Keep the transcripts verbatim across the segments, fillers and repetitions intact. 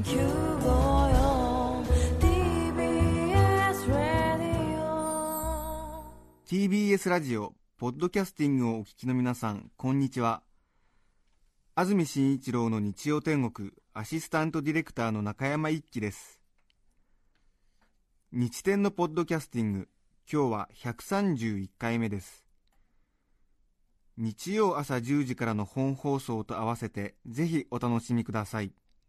きゅうごよん ティービーエス ラジオティービーエス ラジオポッドキャスティングをお聞きの皆さん、こんにちは。安住紳一郎の日曜天国アシスタントディレクターの中山一輝です。日天のポッドキャスティング、今日はひゃくさんじゅういっかいめです。日曜朝じゅうじからの本放送と合わせてぜひお楽しみください。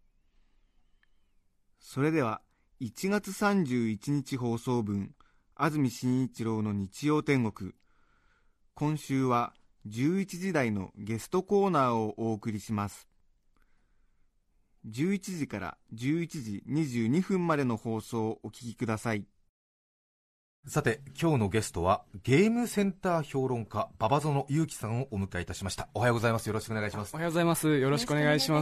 それではいちがつさんじゅういちにち放送分、安住紳一郎の日曜天国、今週はじゅういちじ台のゲストコーナーをお送りします。じゅういちじからじゅういちじにじゅうにふんまでの放送をお聞きください。 さて、今日のゲストはゲームセンター評論家馬場園裕樹さんをお迎えいたしました。おはようございます。よろしくお願いします。 おはようございます。よろしくお願いします。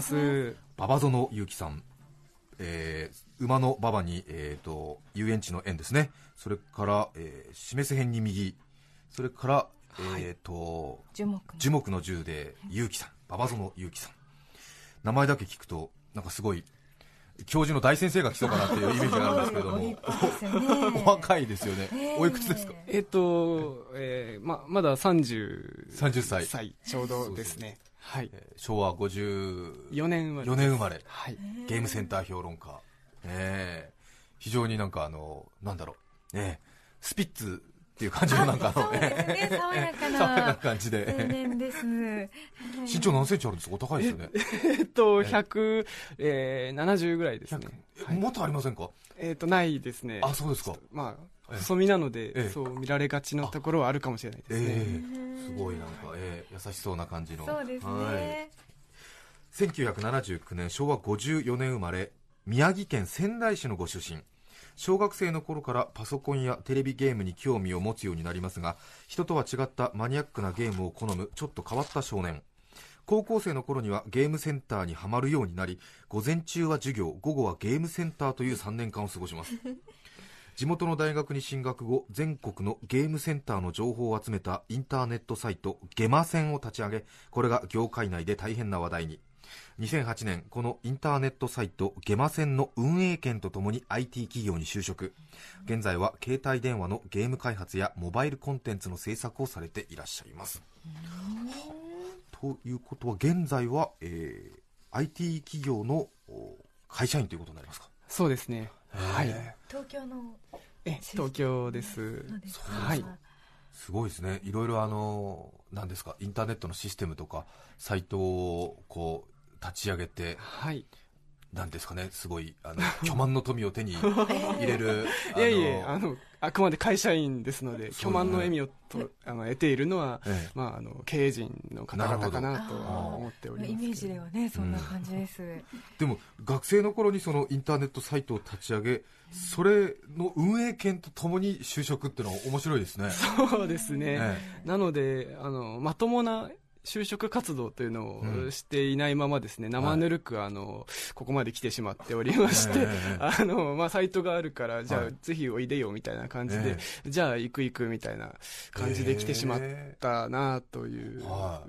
馬場園裕樹さん、えー、馬の馬場に、えー、と遊園地の園ですね。それから、えー、示す辺に右、それから、はい、えー、と樹木の樹木の樹で裕樹さん、馬場園裕樹さん、名前だけ聞くとなんかすごい教授の大先生が来そうかなっていうイメージがあるんですけれども、ね、お若いですよね、えー、おいくつですか？ えっと、えーま、まださんじゅう、 さんじゅっさいちょうどですね。はい、 えー、昭和ごじゅうよねん生まれ、よねん生まれ、はい、ゲームセンター評論家、えー、非常になんかあのなんだろう、ね、スピッツっていう感じのなんかあの、 そうですね、爽やかな爽やかな感じで青年です。 身長何センチあるんですか？お高いですよね。 えっとひゃくななじゅうぐらいですね。 はい、もっとありませんか？ えっとないですね。 あ、そうですか。 まあ細身なので、 ええ、 そう見られがちなところはあるかもしれないですね。 えー、すごいなんか、えー、優しそうな感じの。 そうですね。はい、 せんきゅうひゃくななじゅうきゅうねん、昭和ごじゅうよねん生まれ、宮城県仙台市のご出身。小学生の頃からパソコンやテレビゲームに興味を持つようになりますが、人とは違ったマニアックなゲームを好むちょっと変わった少年。高校生の頃にはゲームセンターにはまるようになり、午前中は授業、午後はゲームセンターというさんねんかんを過ごします。地元の大学に進学後、全国のゲームセンターの情報を集めたインターネットサイトゲマセンを立ち上げ、これが業界内で大変な話題に。にせんはちねん、このインターネットサイトゲマセンの運営権とともに アイティー 企業に就職。現在は携帯電話のゲーム開発やモバイルコンテンツの制作をされていらっしゃいます。ということは現在は、えー、アイティー 企業の会社員ということになりますか？ そうですね。はい。 東京のえ東京です。 そうですか。はい。すごいですね。いろいろあの何ですか、インターネットのシステムとかサイトをこう立ち上げて、 はい、 なんですかね、すごいあの巨万の富を手に入れるいやいや、あのあくまで会社員ですので、巨万の笑みをとあの得ているのは、ええ、まあ、あの経営陣の方々かなと思っております。 イメージではね、そんな感じです、うん、 でも学生の頃にそのインターネットサイトを立ち上げ、それの運営権とともに就職っていうのは面白いですね。 そうですね、ええ、なのであのまともな就職活動というのをしていないままですね、うん、生ぬるくあのここまで来てしまったおりまして、はい、あのまあ、サイトがあるからじゃあ、はい、ぜひおいでよみたいな感じで、えー、じゃあ行く行くみたいな感じで来てしまったなという、はい、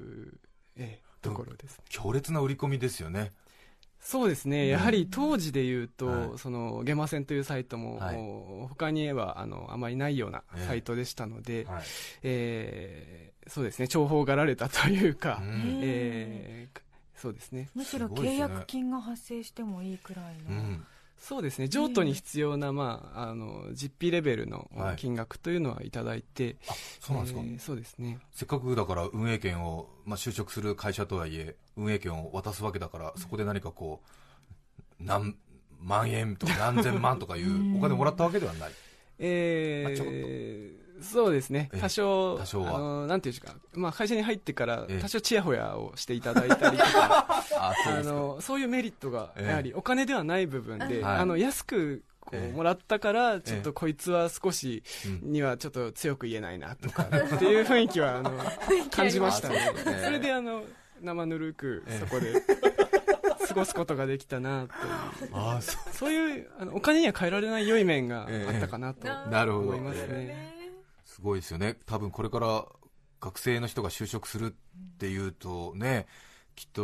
えー、ところですね。 強烈な売り込みですよね。 そうですね、やはり当時でいうと、はい、そのゲマセンというサイトも、はい、他にはあのあまりないようなサイトでしたので、えーはい、えー、そうですね、重宝がられたというか、うん、えー、そうですね、 むしろ契約金が発生してもいいくらいの、うん、 そうですね、譲渡に必要な、まあ、あの実費レベルの金額というのはいただいて、はい、 あ、そうなんですか、えー、そうですね、 せっかくだから運営権を、まあ、就職する会社とはいえ運営権を渡すわけだから、そこで何かこう何万円とか何千万とかいうお金もらったわけではない。 えー、ちょっとそうですね、多少、多少はあのなんていうんですか、まあ、会社に入ってから多少ちやほやをしていただいたりとかああのそういうメリットがやはりお金ではない部分で、あの安くこうもらったからちょっとこいつは少しにはちょっと強く言えないなとかっていう雰囲気はあの感じましたね。それであの生ぬるくそこで過ごすことができたなという、あ、そう、そういうあのお金には変えられない良い面があったかなと思いますね。えーすごいですよね。多分これから学生の人が就職するっていうとね、きっと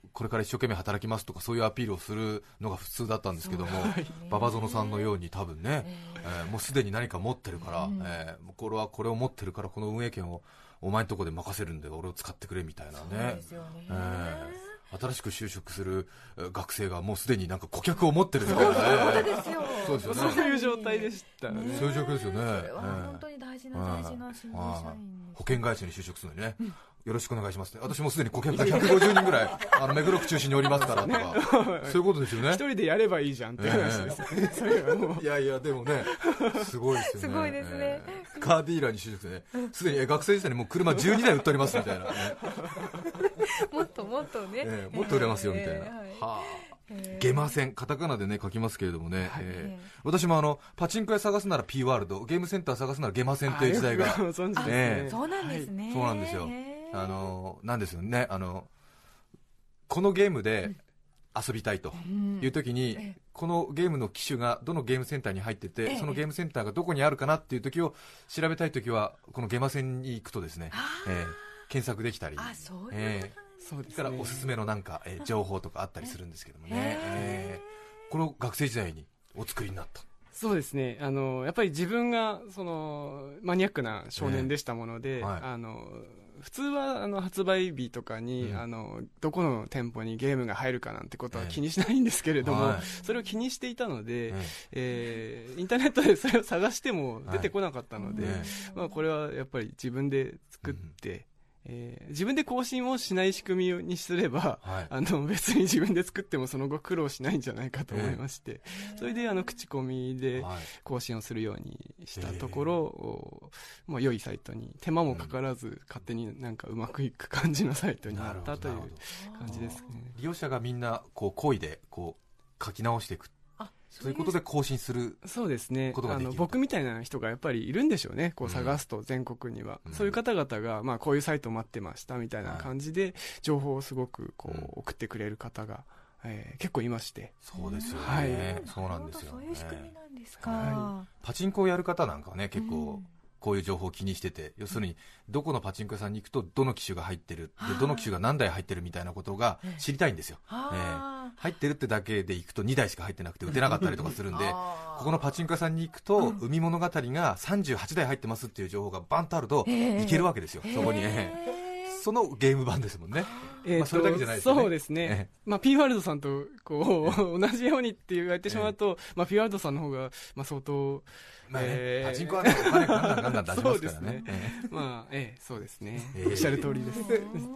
これから一生懸命働きますとかそういうアピールをするのが普通だったんですけども、馬場園さんのように多分ね、えー、もうすでに何か持ってるから、うん、えー、これはこれを持ってるからこの運営権をお前のとこで任せるんで俺を使ってくれみたいなね。そうですよね、えー新しく就職する学生がもうすでになんか顧客を持ってるみたいな、 そうですよ、 そうですよね、 そういう状態でしたね。 そういう状況ですよね。 それは本当に大事な大事な新入社員、 保険会社に就職するのにね、うん、よろしくお願いしますね。私もすでに顧客がひゃくごじゅうにんぐらいあの目黒区中心におりますからとか、ね、そういうことですよね。 一人でやればいいじゃんって話ですよね、えー、 いやいやでもねすごいですよね。 すごいですね、えー、カーディーラーに就職してね、すでに学生時代にもう車じゅうにだい売っておりますみたいな、ね、 もっともっとね、 えー、もっと売れますよみたいな、えーはい、はあ、ゲマ線カタカナでね書きますけれどもね、はい、えー、私もあのパチンコ屋探すなら P ワールド、ゲームセンター探すならゲマ線という時代が、 ご存知ですね、 えー、 そうなんですね、はい、 そうなんですよ、あのなんですよね、あのこのゲームで遊びたいという時に、うん、このゲームの機種がどのゲームセンターに入ってて、そのゲームセンターがどこにあるかなっていう時を調べたい時はこのゲマ線に行くとですね、えー、検索できたり、 あ、そういうこと、 えーそうですね、からおすすめのなんか、えー、情報とかあったりするんですけどもね、えー、この学生時代にお作りになった。 そうですね、あのやっぱり自分がそのマニアックな少年でしたもので、えーはい、あの普通はあの発売日とかに、うん、あのどこの店舗にゲームが入るかなんてことは気にしないんですけれども、えーはい、それを気にしていたので、えーえー、インターネットでそれを探しても出てこなかったので、はい、まあ、これはやっぱり自分で作って、うん、えー、自分で更新をしない仕組みにすれば、はい、あの別に自分で作ってもその後苦労しないんじゃないかと思いまして、えー、それであの口コミで更新をするようにしたところ、えー、まあ、良いサイトに手間もかからず、うん、勝手になんかうまくいく感じのサイトになったという感じですね。 利用者がみんなこう故意でこう書き直していく、そういうことで更新することができる。 そうですね、あの僕みたいな人がやっぱりいるんでしょうね、こう探すと全国には、うん、そういう方々が、まあ、こういうサイト待ってましたみたいな感じで情報をすごくこう送ってくれる方が、えー、結構いまして。 そうですよね、 はい、 そうなんですよね。 そういう仕組みなんですか、 はい、パチンコをやる方なんかはね結構、うん、こういう情報を気にしてて、要するにどこのパチンコ屋さんに行くとどの機種が入ってる、でどの機種が何台入ってるみたいなことが知りたいんですよ、えー、入ってるってだけで行くとにだいしか入ってなくて打てなかったりとかするんでここのパチンコ屋さんに行くと、海物語がさんじゅうはちだい入ってますっていう情報がバンとあると行けるわけですよ、そこに、えー、そのゲーム版ですもんね、えーまあ、それだけじゃないですよね。 そうですね、えーまあ、P ワールドさんとこう同じようにって言われてしまうと、えーまあ、P ワールドさんの方がまあ相当、 まあね、えー、パチンコはねお金ガンガンガンガン出しますからね。そうですね、 えー、まあええー、そうですね、えー、おっしゃる通りです。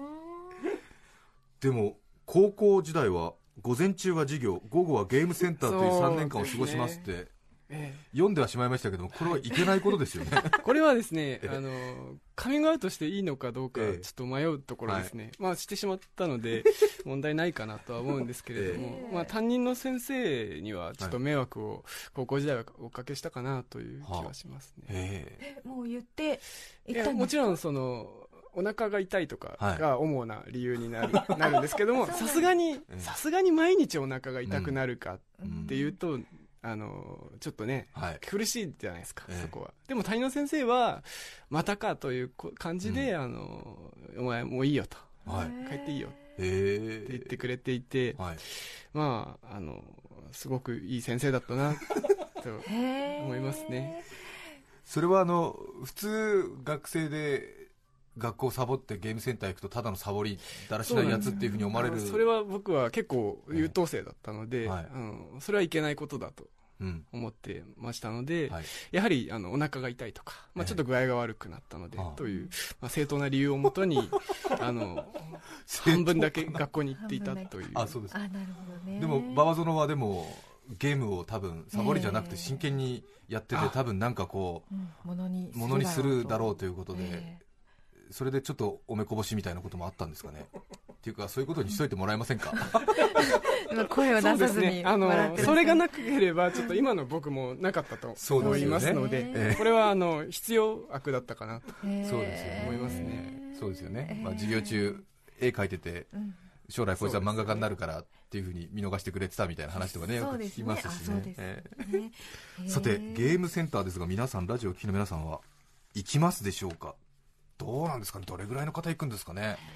でも高校時代は午前中は授業、午後はゲームセンターというさんねんかんを過ごしますって、ええ、読んではしまいましたけども、これはいけないことですよね。 これはですね、あのカミングアウトしていいのかどうかちょっと迷うところですね、ええ、まあ、してしまったので問題ないかなとは思うんですけれども、ええ、まあ、担任の先生にはちょっと迷惑を高校時代はおかけしたかなという気はしますね、はあ、 ええ、もう言っていやもちろんそのお腹が痛いとかが主な理由になる、はい、なるんですけども、さすがにさすがに毎日お腹が痛くなるかっていうと、うん、あのちょっっとね、はい、苦しいじゃないですか、えー、そこは。でも谷野先生はまたかという感じで、うん、あのお前もういいよと、はい、帰っていいよって言ってくれていて、はい、まああのすごくいい先生だったなと思いますね。 それはあの普通学生で学校サボってゲームセンター行くとただのサボりだらしないやつっていうふうに思われる。 そ, それは僕は結構優等生だったので、えーはい、うん、それはいけないことだと思ってましたので、うん、はい、やはりあのお腹が痛いとか、まあ、ちょっと具合が悪くなったので、えー、という、まあ、正当な理由をもとにあの半分だけ学校に行っていたという。 あ、そうです。 あ、なるほどね。 でも馬場園はでもゲームを多分サボりじゃなくて真剣にやってて、えー、多分なんかこう、うん、ものにものにするだろうということで、えーそれでちょっとおめこぼしみたいなこともあったんですかね。っていうかそういうことにしといてもらえませんか。 声を出さずに笑ってますね。 あのそれがなければちょっと今の僕もなかったと思いますので、で、ね、これはあの必要悪だったかなと、えー、そうですよ、思いますね。 そうですよね、まあ、授業中絵描いてて、うん将来こいつは漫画家になるからっていう風に見逃してくれてたみたいな話とかね、よく聞きますしね。えー、さてゲームセンターですが、皆さんラジオを聴きの皆さんは行きますでしょうか。どうなんですかね、どれぐらいの方行くんですかね。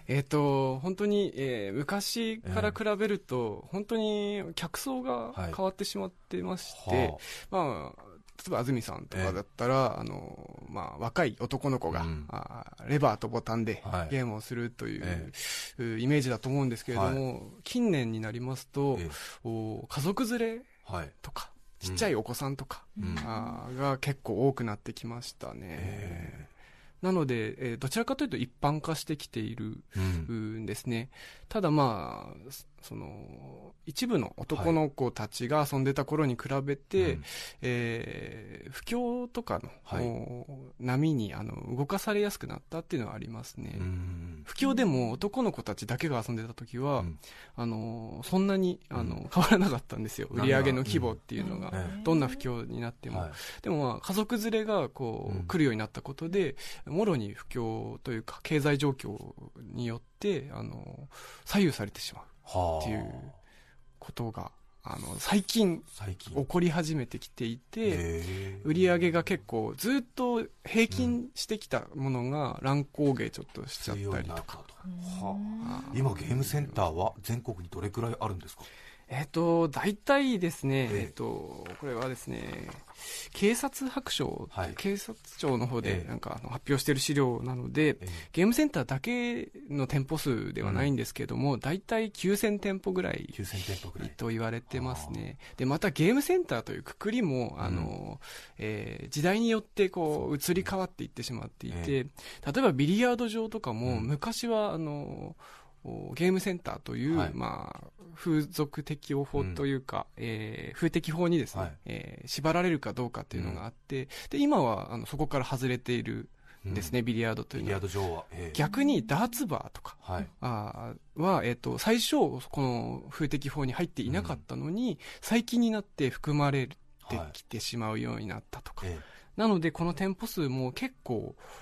えーと本当に、えー、昔から比べると、えー、本当に客層が変わってしまってまして、はい、まあ、例えば安住さんとかだったら、えーあのまあ、若い男の子が、うん、あレバーとボタンでゲームをするという、はいえー、イメージだと思うんですけれども、はい、近年になりますと、えー、お家族連れとか、はい、ちっちゃいお子さんとか、うん、あが結構多くなってきましたね。えーなので、えー、どちらかというと一般化してきているんですね。うん、ただまあ、その、一部の男の子たちが遊んでた頃に比べて、はいえー、不況とかの、はい、波にあの動かされやすくなったっていうのはありますね。うん不況でも男の子たちだけが遊んでた時は、うん、あのそんなにあの、うん、変わらなかったんですよ。売り上げの規模っていうのが、うん、どんな不況になっても。はい、でもまあ、家族連れがこう、うん、来るようになったことで、もろに不況というか経済状況によってあの左右されてしまうっていうことがあの最近起こり始めてきていて、売り上げが結構ずっと平均してきたものが乱高下ちょっとしちゃったりとか、 うんはあ、今ゲームセンターは全国にどれくらいあるんですか？ えっと、大体ですね、えっと、これはですね、警察白書、はい、警察庁の方でなんかあの発表している資料なので、ゲームセンターだけの店舗数ではないんですけれども、うん、大体きゅうせんてんぽぐらいと言われてますね。で、またゲームセンターというくくりも、あの、うんえー、時代によってこう移り変わっていってしまっていて、例えばビリヤード場とかも、昔はあの、ゲームセンターという、はいまあ、風俗適用法というか、うんえー、風適法にですね、はいえー、縛られるかどうかというのがあって、うん、で今はあのそこから外れているんですね、うん、ビリヤードというのは。 ビリヤード場は、えー、 逆にダーツバーとか、はい、あは、えーと、最初この風適法に入っていなかったのに、うん、最近になって含まれてきてしまうようになったとか、はいえーなのでこの店舗数も結構、うん、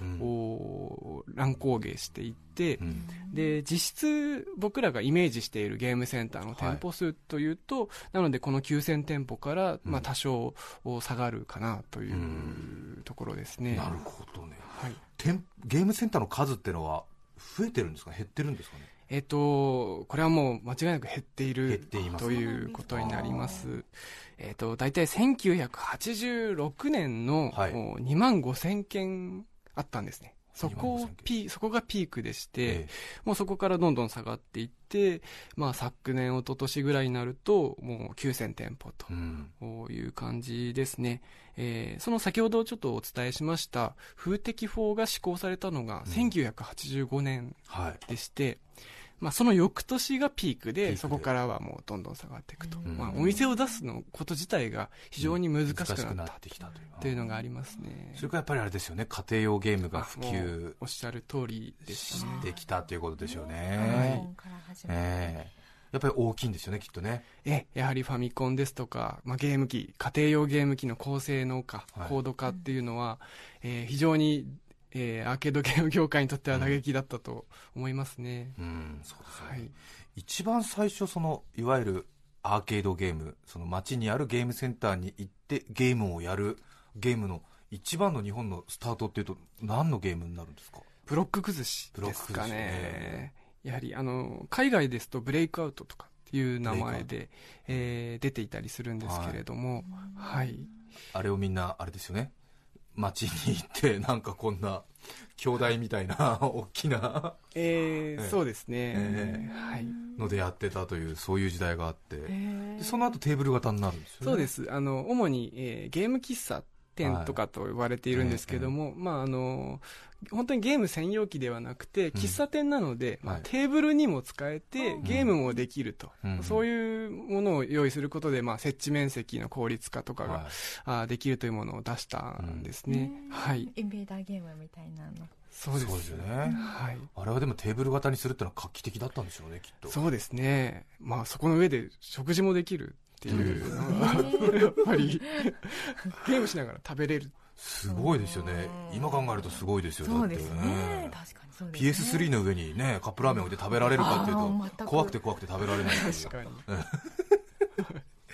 乱高下していって、うん、で実質僕らがイメージしているゲームセンターの店舗数というと、はい、なのでこのきゅうせんてんぽから、まあ、多少下がるかなというところですね。 なるほどね、はい、ゲームセンターの数っていうのは増えてるんですか減ってるんですかね？ えっと、これはもう間違いなく減っているということになります。えっと、大体せんきゅうひゃくはちじゅうろくねんの、はい、にまんごせんけんあったんですね。そこピそこがピークでして、ええ、もうそこからどんどん下がっていって、まあ、昨年一昨年ぐらいになるともうきゅうせんてんぽという感じですね。うんえー、その先ほどちょっとお伝えしました風適法が施行されたのがせんきゅうひゃくはちじゅうごねんでして、うんはいまあ、その翌年がピーク で, ピークでそこからはもうどんどん下がっていくと、まあ、お店を出すのこと自体が非常に難しくなってきたというのがありますね。 それからやっぱりあれですよね、家庭用ゲームが普及おっしゃる通りですね、 してきたということでしょうね、はいえー、やっぱり大きいんですよねきっとね。 えやはりファミコンですとか、まあ、ゲーム機家庭用ゲーム機の高性能化、はい、高度化っていうのは、えー、非常にえー、アーケードゲーム業界にとっては打撃だったと思いますね。 うん、うんそうですね、はい、一番最初そのいわゆるアーケードゲーム、その街にあるゲームセンターに行ってゲームをやるゲームの一番の日本のスタートっていうと何のゲームになるんですか？ ブロック崩しですかね。やはりあの海外ですとブレイクアウトとかっていう名前で、えー、出ていたりするんですけれども、はい、はい、 あれをみんなあれですよね、街に行ってなんかこんな兄弟みたいな大きなえーえー、そうですね、えーはい、のでやってたというそういう時代があって、えー、でその後テーブル型になるんですよね。 そうです。あの主に、えー、ゲーム喫茶店とかと呼ばれているんですけども、はいえーえーまあ、あの本当にゲーム専用機ではなくて喫茶店なので、うんまあ、テーブルにも使えて、はい、ゲームもできると、うん、そういうものを用意することで、まあ、設置面積の効率化とかが、はい、あできるというものを出したんですね、 うんはい、インベーダーゲームみたいなの。 そうです、 そうですよね、はい、あれはでもテーブル型にするってのは画期的だったんでしょうねきっと。 そうですね、まあ、そこの上で食事もできるっていうのは、うん、やっぱりゲームしながら食べれる、 すごいですよね。今考えるとすごいですよ。 そうですね、確かにそうですね。 ピーエススリー の上にねカップラーメンを置いて食べられるかっていうと怖くて怖くて食べられないっていう。確かに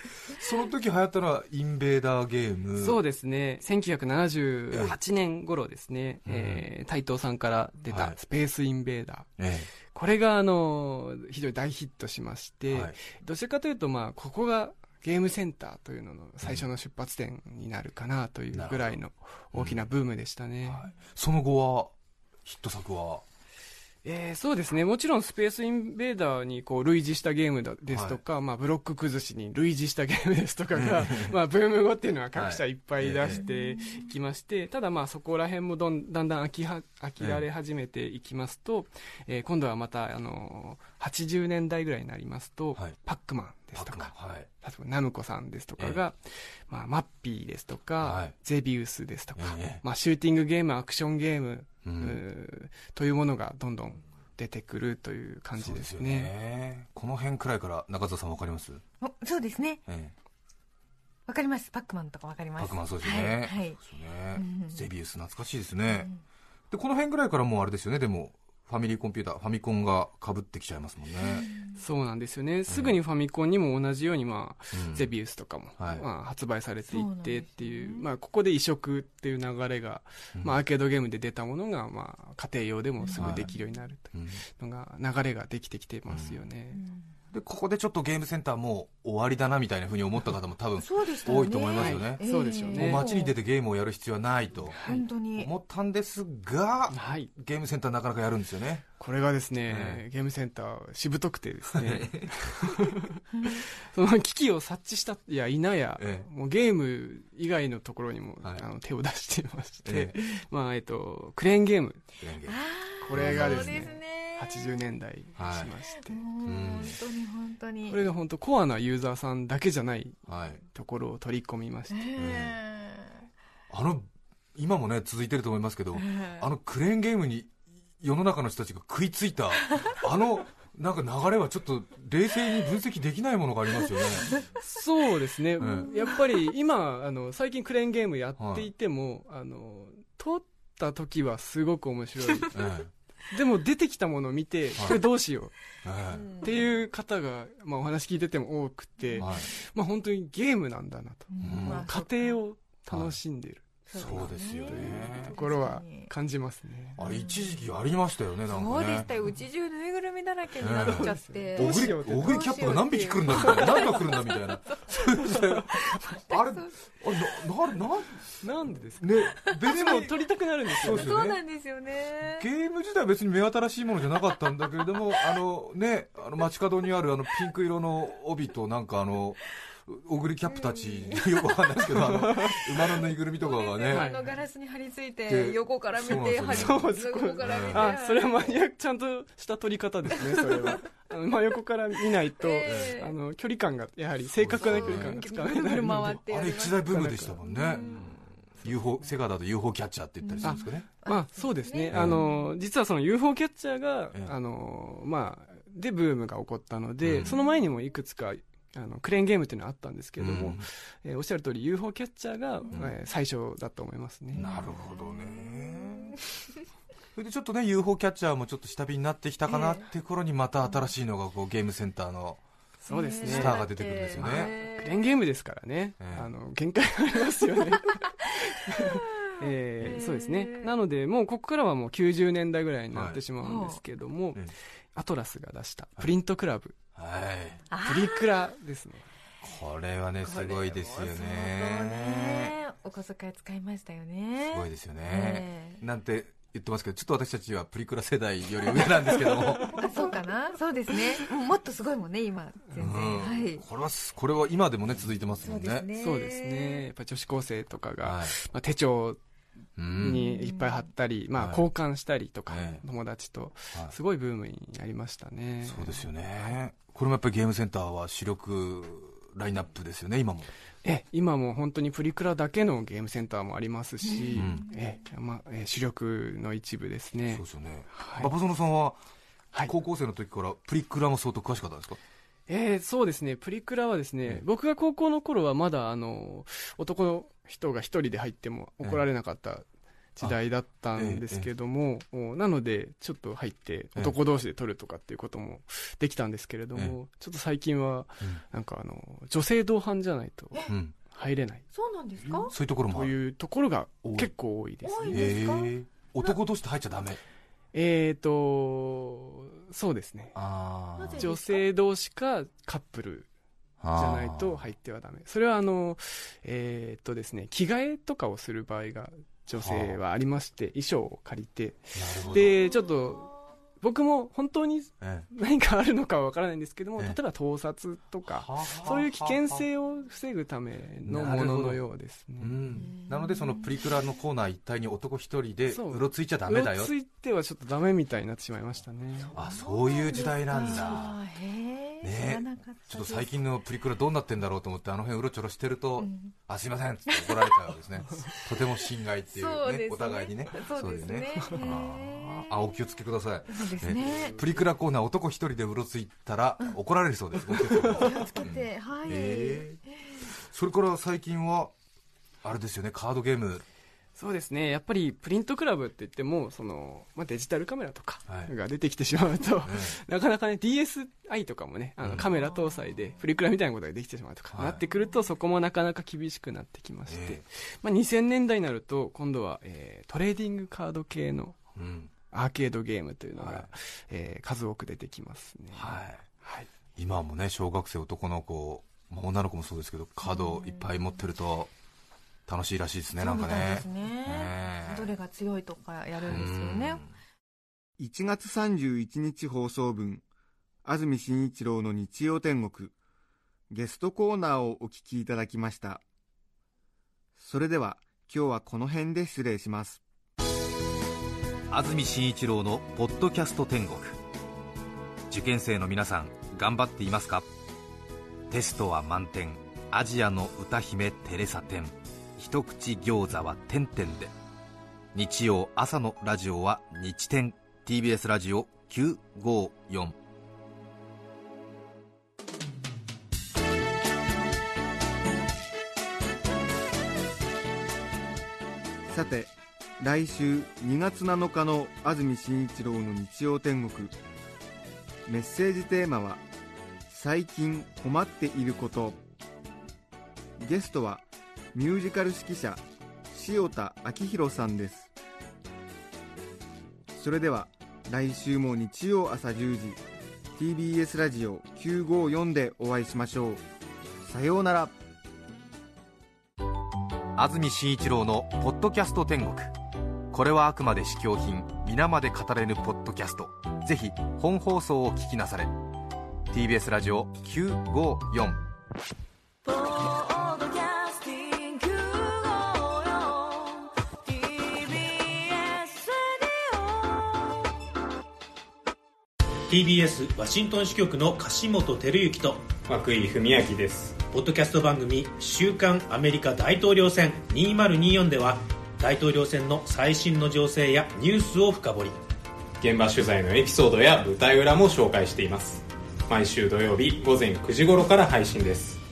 その時流行ったのはインベーダーゲーム。 そうですね、せんきゅうひゃくななじゅうはちねん頃ですね、えー、台東さんから出たスペースインベーダー、はい、これがあの非常に大ヒットしまして、はい、どちらかというと、まあ、ここがゲームセンターというのの最初の出発点になるかなというぐらいの大きなブームでしたね、うんはい、 その後はヒット作はえー、そうですね、もちろんスペースインベーダーにこう類似したゲームだですとか、はい、まあ、ブロック崩しに類似したゲームですとかがまあブーム後っていうのは各社いっぱい出していきまして、はい、ただまあそこら辺もどんだんだん飽きは飽きられ始めていきますと、えー、今度はまたあのはちじゅうねんだいぐらいになりますと、はい、パックマンですとか、はい、例えばナムコさんですとかが、えーまあ、マッピーですとか、はい、ゼビウスですとか、えーまあ、シューティングゲーム、アクションゲーム、うん、というものがどんどん出てくるという感じです ね, ですね。 この辺くらいから中澤さん分かります？ おそうですね、ええ、分かります。パックマンとか分かります。 パックマンそうですよね、はいはい、そうですね、うん、ゼビウス懐かしいですね、うん、でこの辺くらいからもうあれですよね、でもファミリーコンピューターファミコンが被ってきちゃいますもんね。 そうなんですよね、すぐにファミコンにも同じように、まあうん、ゼビウスとかも、はいまあ、発売されていってっていう、まあ、ここで移植っていう流れが、うんまあ、アーケードゲームで出たものが、まあ、家庭用でもすぐできるようになるというのが、流れができてきてますよね、うんうんでここでちょっとゲームセンターもう終わりだなみたいな風に思った方も多分多いと思いますよね。 そうでしょうね。 もう街に出てゲームをやる必要はないと思ったんですが、はい、ゲームセンターなかなかやるんですよね。 これがですね、えー、ゲームセンターしぶとくてですねその危機を察知したや否や、えー、もうゲーム以外のところにも、はい、あの手を出していまして、えーまあえっと、クレーンゲーム、クレーンゲームこれがですねはちじゅうねんだいしまして、はい、 本当に本当にこれが本当コアなユーザーさんだけじゃないところを取り込みまして、はいあの今もね続いてると思いますけど、あのクレーンゲームに世の中の人たちが食いついたあのなんか流れはちょっと冷静に分析できないものがありますよね。 そうですね、うん、やっぱり今あの最近クレーンゲームやっていても、はい、あの撮った時はすごく面白い、ええでも出てきたものを見て、これどうしよう、はい、っていう方が、まあ、お話聞いてても多くて、はいまあ、本当にゲームなんだなと、うんまあ、家庭を楽しんでる、 はい、そうですよねところは感じますね。 あれ一時期ありましたよね、なんかね。 そうでしたよ、うち中ぬいぐるみだらけになっちゃって、 オグリ、オグリキャップが何匹来るんだみたいな、何が来るんだみたいなあれあれなななんでですかね、 別にも撮りたくなるんですよね。 そうなんですよね。 ゲーム自体は別に目新しいものじゃなかったんだけれどもあのね、あの街角にあるあのピンク色の帯となんかあのオグリキャップたち、うん、よくわかんないですけどあの馬のぬいぐるみとかがね、 あのガラスに貼り付いて横から見て、 そう横から見て、あ、それはマニアちゃんとした撮り方ですね。それはあの真横から見ないと、えー、あの距離感がやはり正確な距離感がつかめないので、 あれ一大ブームでしたもんね。うん、ユーフォー セガだと ユーフォー キャッチャーって言ったりするんですかね。 あ、まあ、そうですね、あの実はその ユーフォー キャッチャーが、えー、あのまあ、でブームが起こったので、うん、その前にもいくつかあのクレーンゲームっていうのはあったんですけれども、うんえー、おっしゃる通り ユーフォー キャッチャーが、うんえー、最初だと思いますね。 なるほどね。それでちょっとね ユーフォー キャッチャーもちょっと下火になってきたかなって頃にまた新しいのがこうゲームセンターのそうですね、 スターが出てくるんですよね。 クレーンゲームですからね、えー、あの限界がありますよねえー、そうですね。なのでもうここからはもうきゅうじゅうねんだいぐらいになってしまうんですけども、はい、アトラスが出したプリントクラブ、はい、プリクラですね。 これはねすごいですよ ね, ねお小遣い使いましたよね。 すごいですよね、えー、なんて言ってますけど、ちょっと私たちはプリクラ世代より上なんですけどもあ、そうかな、そうですね、もっとすごいもんね今全然、うんはい、 これはこれは今でもね続いてますもんね。 そうですね、そうですね。やっぱ女子高生とかが、はいまあ、手帳にいっぱい貼ったり、まあ、交換したりとか、はい、友達とすごいブームになりましたね、はい、 そうですよね。これもやっぱりゲームセンターは主力ラインナップですよね今も。 え今も本当にプリクラだけのゲームセンターもありますし、うんえまえ主力の一部ですね。 そうですよね、はい、馬場園さんは高校生の時からプリクラも相当詳しかったんですか？ えー、そうですね、プリクラはですね、えー、僕が高校の頃はまだあの男の人が一人で入っても怒られなかった時代だったんですけども、ええ、なのでちょっと入って男同士で撮るとかっていうこともできたんですけれども、え、ちょっと最近はなんかあの女性同伴じゃないと入れない、 そうなんですか、 そういうところもあるというところが結構多いですね。 多いですか、 えー、男同士で入っちゃダメ。 えーとそうですね、 あ女性同士かカップルじゃないと入ってはダメ。それはあのえー、っとですね着替えとかをする場合が女性はありまして、衣装を借りて、でちょっと僕も本当に何かあるのかは分からないんですけども、例えば盗撮とかそういう危険性を防ぐためのもののようですね。 うん、なのでそのプリクラのコーナー一帯に男一人でうろついちゃダメだよ。 うろついてはちょっとダメみたいになってしまいましたね。 あ、そういう時代なんだ。ね、ちょっと最近のプリクラどうなってんだろうと思ってあの辺うろちょろしてると、うん、あすいませんって怒られちゃうんですね。とても心外っていう ね, うねお互いにね。 そうですね。 あ、お気をつけください。 そうですね。 プリクラコーナー男一人でうろついたら怒られるそうです。 気をつけて、はい、 えー。それから最近はあれですよね、カードゲーム。 そうですね、やっぱりプリントクラブって言ってもその、まあ、デジタルカメラとかが出てきてしまうと、はい、なかなかね ディーエスアイ とかもねあのカメラ搭載でプリクラみたいなことができてしまうとか、はい、なってくるとそこもなかなか厳しくなってきまして、えーまあ、にせんねんだいになると今度は、えー、トレーディングカード系のアーケードゲームというのが、はいえー、数多く出てきますね、 はいはい、今もね小学生男の子、まあ、女の子もそうですけどカードいっぱい持ってると楽しいらしいですね。なんかね、 そうみたいですね、ね、どれが強いとかやるんですよね。 いちがつさんじゅういちにち放送分、安住紳一郎の日曜天国、ゲストコーナーをお聞きいただきました。それでは今日はこの辺で失礼します。 安住紳一郎のポッドキャスト天国、受験生の皆さん頑張っていますか？テストは満点、アジアの歌姫テレサ天、一口餃子は点々で。日曜朝のラジオは日天 ティービーエス ラジオきゅうごよん。 さて来週にがつなのかの安住紳一郎の日曜天国、メッセージテーマは最近困っていること。ゲストはミュージカル指揮者塩田明宏さんです。それでは来週も日曜朝じゅうじ ティービーエス ラジオきゅうごよんでお会いしましょう。さようなら。 安住紳一郎のポッドキャスト天国、これはあくまで試供品、皆まで語れぬポッドキャスト。ぜひ本放送を聞きなされ。 ティービーエス ラジオきゅうごよん。 ティービーエス ワシントン支局の樫本照之と涌井文明です。 ポッドキャスト番組週刊アメリカ大統領選にせんにじゅうよんでは大統領選の最新の情勢やニュースを深掘り、 現場取材のエピソードや舞台裏も紹介しています。毎週土曜日午前くじ頃から配信です。